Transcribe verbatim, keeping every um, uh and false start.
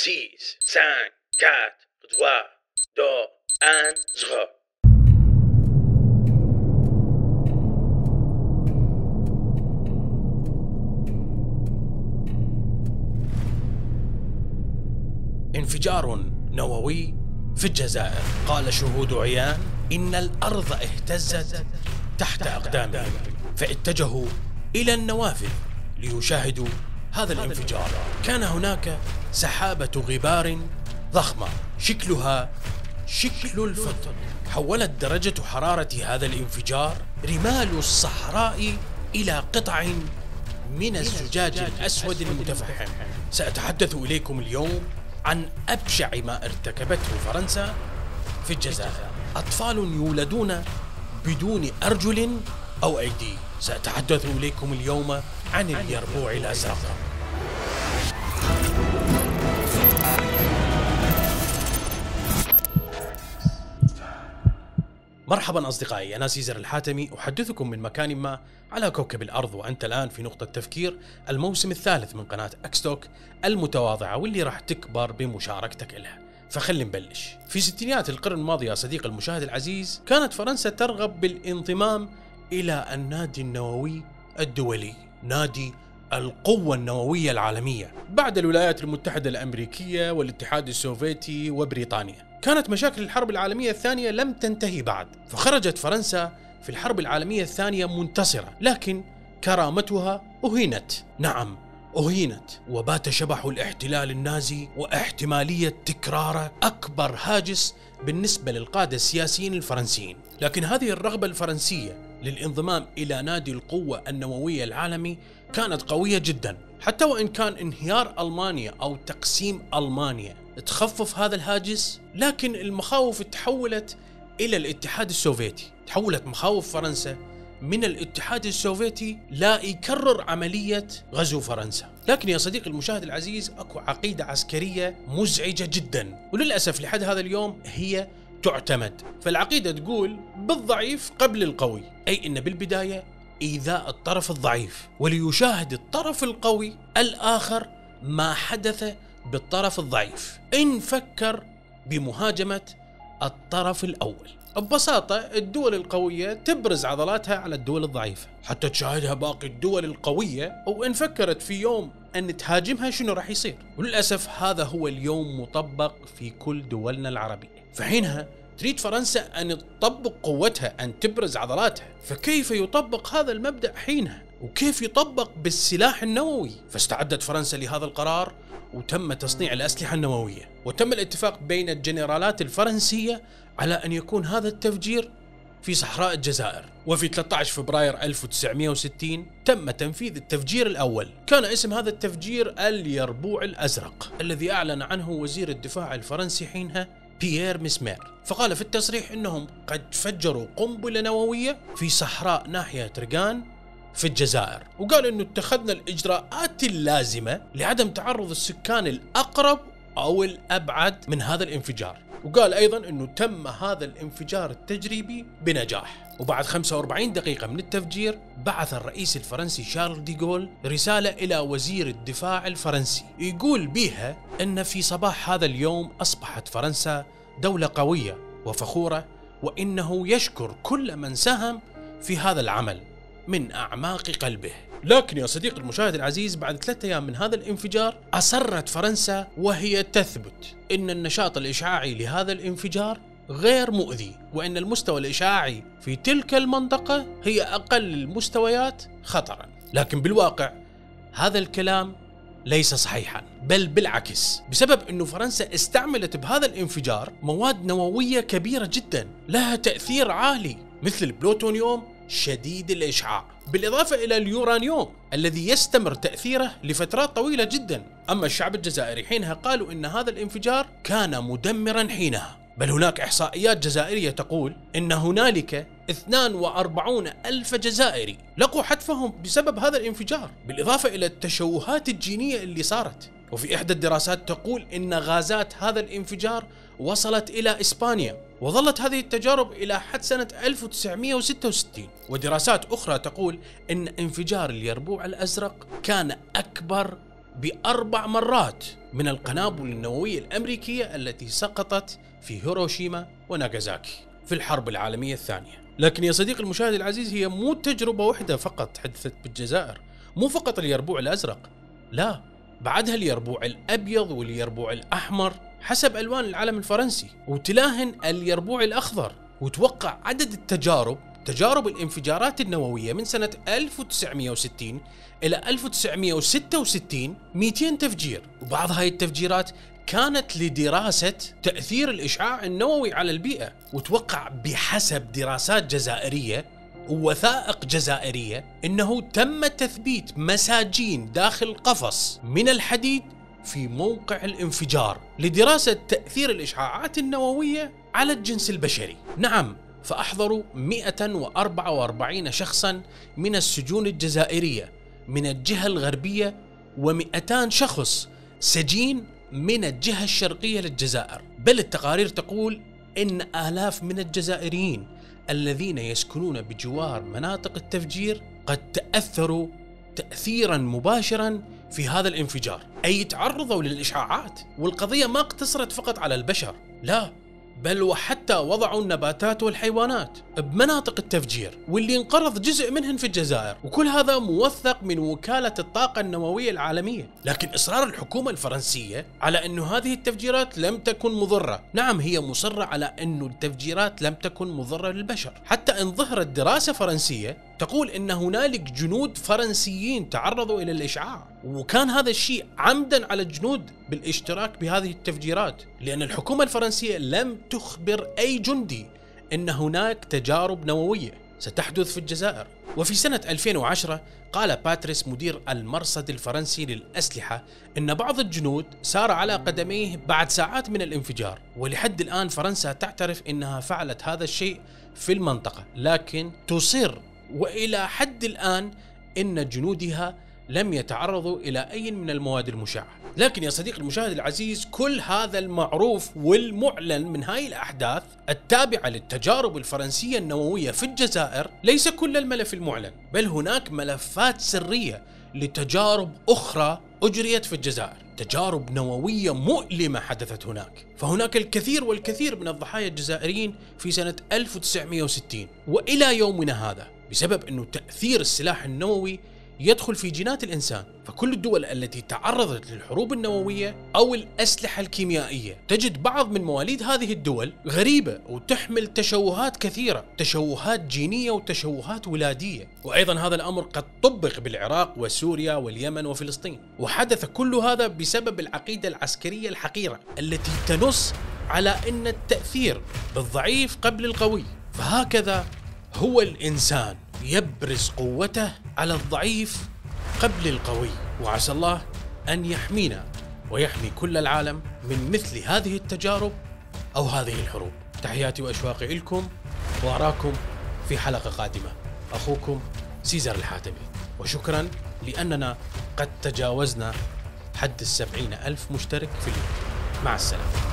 six, cinq, quatre, trois, deux, un, zéro. انفجار نووي في الجزائر. قال شهود عيان إن الأرض اهتزت تحت أقدامهم، فاتجهوا إلى النوافذ ليشاهدوا هذا الانفجار. كان هناك سحابة غبار ضخمة شكلها شكل الفضة. حولت درجة حرارة هذا الانفجار رمال الصحراء إلى قطع من الزجاج الأسود المتفحم. سأتحدث إليكم اليوم عن أبشع ما ارتكبته فرنسا في الجزائر. أطفال يولدون بدون أرجل أو أيدي. سأتحدث إليكم اليوم عن اليربوع الأزرق. مرحبا أصدقائي، أنا سيزر الحاتمي، أحدثكم من مكان ما على كوكب الأرض، وأنت الآن في نقطة تفكير، الموسم الثالث من قناة أكستوك المتواضعة واللي راح تكبر بمشاركتك لها. فخلي نبلش. في ستينيات القرن الماضي يا صديق المشاهد العزيز، كانت فرنسا ترغب بالانضمام إلى النادي النووي الدولي، نادي القوة النووية العالمية، بعد الولايات المتحدة الأمريكية والاتحاد السوفيتي وبريطانيا. كانت مشاكل الحرب العالمية الثانية لم تنتهي بعد، فخرجت فرنسا في الحرب العالمية الثانية منتصرة، لكن كرامتها أهينت. نعم أهينت، وبات شبح الاحتلال النازي واحتمالية تكراره أكبر هاجس بالنسبة للقادة السياسيين الفرنسيين. لكن هذه الرغبة الفرنسية للانضمام إلى نادي القوة النووية العالمي كانت قوية جدا، حتى وإن كان انهيار ألمانيا أو تقسيم ألمانيا تخفف هذا الهاجس، لكن المخاوف تحولت إلى الاتحاد السوفيتي. تحولت مخاوف فرنسا من الاتحاد السوفيتي لا يكرر عملية غزو فرنسا. لكن يا صديقي المشاهد العزيز، أكو عقيدة عسكرية مزعجة جدا، وللأسف لحد هذا اليوم هي تعتمد. فالعقيدة تقول بالضعيف قبل القوي، أي إن بالبداية إيذاء الطرف الضعيف، وليشاهد الطرف القوي الآخر ما حدث بالطرف الضعيف إن فكر بمهاجمة الطرف الأول. ببساطة الدول القوية تبرز عضلاتها على الدول الضعيفة حتى تشاهدها باقي الدول القوية، وإن فكرت في يوم أن تهاجمها شنو راح يصير. وللأسف هذا هو اليوم مطبق في كل دولنا العربية. فحينها تريد فرنسا أن تطبق قوتها، أن تبرز عضلاتها، فكيف يطبق هذا المبدأ حينها؟ وكيف يطبق بالسلاح النووي؟ فاستعدت فرنسا لهذا القرار، وتم تصنيع الأسلحة النووية، وتم الاتفاق بين الجنرالات الفرنسية على أن يكون هذا التفجير في صحراء الجزائر. وفي ثلاثة عشر فبراير ألف وتسعمئة وستين تم تنفيذ التفجير الأول. كان اسم هذا التفجير اليربوع الأزرق، الذي أعلن عنه وزير الدفاع الفرنسي حينها بيير ميسمير. فقال في التصريح أنهم قد فجروا قنبلة نووية في صحراء ناحية ترغان في الجزائر، وقال أنه اتخذنا الإجراءات اللازمة لعدم تعرض السكان الأقرب أو الأبعد من هذا الانفجار. وقال أيضا أنه تم هذا الانفجار التجريبي بنجاح. وبعد خمسة وأربعين دقيقة من التفجير بعث الرئيس الفرنسي شارل دي غول رسالة إلى وزير الدفاع الفرنسي يقول بها أن في صباح هذا اليوم أصبحت فرنسا دولة قوية وفخورة، وإنه يشكر كل من ساهم في هذا العمل من أعماق قلبه. لكن يا صديق المشاهد العزيز، بعد ثلاثة أيام من هذا الانفجار أصرت فرنسا وهي تثبت أن النشاط الإشعاعي لهذا الانفجار غير مؤذي، وأن المستوى الإشعاعي في تلك المنطقة هي أقل المستويات خطرا. لكن بالواقع هذا الكلام ليس صحيحا، بل بالعكس، بسبب أن فرنسا استعملت بهذا الانفجار مواد نووية كبيرة جدا لها تأثير عالي، مثل البلوتونيوم شديد الإشعاع، بالإضافة إلى اليورانيوم الذي يستمر تأثيره لفترات طويلة جدا. أما الشعب الجزائري حينها قالوا إن هذا الانفجار كان مدمرا حينها، بل هناك إحصائيات جزائرية تقول إن هنالك اثنين وأربعين ألف جزائري لقوا حتفهم بسبب هذا الانفجار، بالإضافة إلى التشوهات الجينية اللي صارت. وفي إحدى الدراسات تقول إن غازات هذا الانفجار وصلت إلى إسبانيا، وظلت هذه التجارب إلى حد سنة ألف وتسعمئة وستة وستين. ودراسات أخرى تقول إن انفجار اليربوع الأزرق كان أكبر بأربع مرات من القنابل النووية الأمريكية التي سقطت في هيروشيما وناغازاكي في الحرب العالمية الثانية. لكن يا صديقي المشاهد العزيز، هي مو تجربة واحدة فقط حدثت بالجزائر، مو فقط اليربوع الأزرق، لا، بعدها اليربوع الأبيض واليربوع الأحمر حسب ألوان العلم الفرنسي، وتلاهن اليربوع الأخضر. وتوقع عدد التجارب تجارب الانفجارات النووية من سنة ألف وتسعمئة وستين إلى ألف وتسعمئة وستة وستين مئتين تفجير، وبعض هاي التفجيرات كانت لدراسة تأثير الإشعاع النووي على البيئة. وتوقع بحسب دراسات جزائرية ووثائق جزائرية إنه تم تثبيت مساجين داخل قفص من الحديد في موقع الانفجار لدراسة تأثير الإشعاعات النووية على الجنس البشري. نعم، فأحضروا مئة وأربعة وأربعين شخصا من السجون الجزائرية من الجهة الغربية، ومئتان شخص سجين من الجهة الشرقية للجزائر. بل التقارير تقول إن آلاف من الجزائريين الذين يسكنون بجوار مناطق التفجير قد تأثروا تأثيرا مباشرا في هذا الانفجار، أي تعرضوا للإشعاعات. والقضية ما اقتصرت فقط على البشر، لا، بل وحتى وضعوا النباتات والحيوانات بمناطق التفجير، واللي انقرض جزء منهن في الجزائر. وكل هذا موثق من وكالة الطاقة النووية العالمية. لكن إصرار الحكومة الفرنسية على أن هذه التفجيرات لم تكن مضرة. نعم، هي مصرة على أن التفجيرات لم تكن مضرة للبشر، حتى إن ظهرت دراسة فرنسية تقول أن هنالك جنود فرنسيين تعرضوا إلى الإشعاع، وكان هذا الشيء عمدا على الجنود بالاشتراك بهذه التفجيرات، لأن الحكومة الفرنسية لم تخبر أي جندي أن هناك تجارب نووية ستحدث في الجزائر. وفي سنة ألفين وعشرة قال باتريس مدير المرصد الفرنسي للأسلحة أن بعض الجنود سار على قدميه بعد ساعات من الانفجار. ولحد الآن فرنسا تعترف أنها فعلت هذا الشيء في المنطقة، لكن تصر وإلى حد الآن إن جنودها لم يتعرضوا إلى أي من المواد المشعة. لكن يا صديقي المشاهد العزيز، كل هذا المعروف والمعلن من هاي الأحداث التابعة للتجارب الفرنسية النووية في الجزائر ليس كل الملف المعلن، بل هناك ملفات سرية لتجارب أخرى أجريت في الجزائر، تجارب نووية مؤلمة حدثت هناك. فهناك الكثير والكثير من الضحايا الجزائريين في سنة ألف وتسعمئة وستين وإلى يومنا هذا بسبب أنه تأثير السلاح النووي يدخل في جينات الإنسان. فكل الدول التي تعرضت للحروب النووية أو الأسلحة الكيميائية تجد بعض من مواليد هذه الدول غريبة وتحمل تشوهات كثيرة، تشوهات جينية وتشوهات ولادية. وأيضا هذا الأمر قد طبق بالعراق وسوريا واليمن وفلسطين. وحدث كل هذا بسبب العقيدة العسكرية الحقيرة التي تنص على أن التأثير بالضعيف قبل القوي. فهكذا هو الإنسان يبرز قوته على الضعيف قبل القوي. وعسى الله أن يحمينا ويحمي كل العالم من مثل هذه التجارب أو هذه الحروب. تحياتي وأشواقي لكم، وأراكم في حلقة قادمة. أخوكم سيزر الحاتمي، وشكرا لأننا قد تجاوزنا حد السبعين ألف مشترك في اليوم. مع السلامة.